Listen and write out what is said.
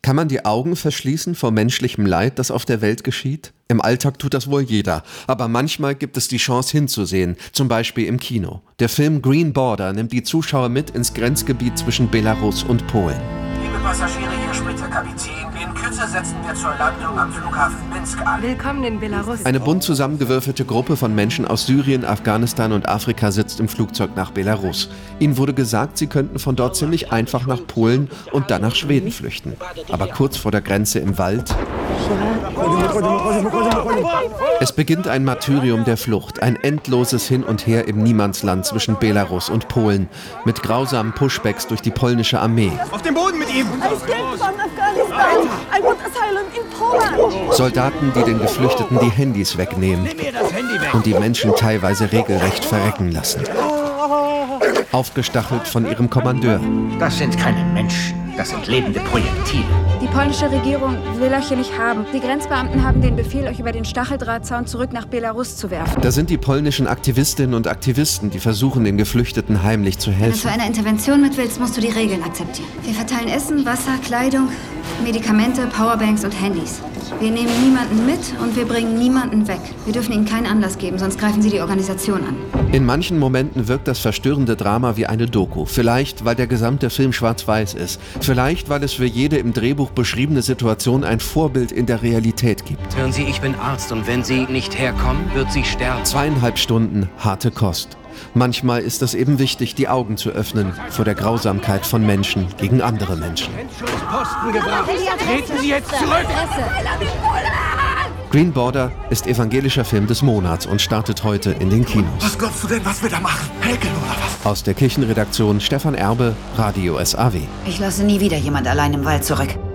Kann man die Augen verschließen vor menschlichem Leid, das auf der Welt geschieht? Im Alltag tut das wohl jeder, aber manchmal gibt es die Chance hinzusehen, zum Beispiel im Kino. Der Film Green Border nimmt die Zuschauer mit ins Grenzgebiet zwischen Belarus und Polen. Liebe Passagiere, hier spricht der Kapitän. In Kürze setzen wir zur Landung am Flughafen Minsk an. Willkommen in Belarus. Eine bunt zusammengewürfelte Gruppe von Menschen aus Syrien, Afghanistan und Afrika sitzt im Flugzeug nach Belarus. Ihnen wurde gesagt, sie könnten von dort ziemlich einfach nach Polen und dann nach Schweden flüchten. Aber kurz vor der Grenze im Wald... Es beginnt ein Martyrium der Flucht, ein endloses Hin und Her im Niemandsland zwischen Belarus und Polen, mit grausamen Pushbacks durch die polnische Armee. Auf den Boden mit ihm! Soldaten, die den Geflüchteten die Handys wegnehmen und die Menschen teilweise regelrecht verrecken lassen. Aufgestachelt von ihrem Kommandeur. Das sind keine Menschen, das sind lebende Projektile. Die polnische Regierung will euch hier nicht haben. Die Grenzbeamten haben den Befehl, euch über den Stacheldrahtzaun zurück nach Belarus zu werfen. Da sind die polnischen Aktivistinnen und Aktivisten, die versuchen, den Geflüchteten heimlich zu Wenn du helfen. zu einer Intervention mit willst, musst du die Regeln akzeptieren. Wir verteilen Essen, Wasser, Kleidung, Medikamente, Powerbanks und Handys. Wir nehmen niemanden mit und wir bringen niemanden weg. Wir dürfen ihnen keinen Anlass geben, sonst greifen sie die Organisation an. In manchen Momenten wirkt das verstörende Drama wie eine Doku. Vielleicht, weil der gesamte Film schwarz-weiß ist. Vielleicht, weil es für jede im Drehbuch beschriebene Situation ein Vorbild in der Realität gibt. Hören Sie, ich bin Arzt und wenn Sie nicht herkommen, wird sie sterben. 2,5 Stunden harte Kost. Manchmal ist es eben wichtig, die Augen zu öffnen vor der Grausamkeit von Menschen gegen andere Menschen. Posten gebracht! Treten Sie jetzt zurück! Green Border ist evangelischer Film des Monats und startet heute in den Kinos. Was glaubst du denn, was wir da machen? Häkeln oder was? Aus der Kirchenredaktion Stefan Erbe, Radio SAW. Ich lasse nie wieder jemand allein im Wald zurück.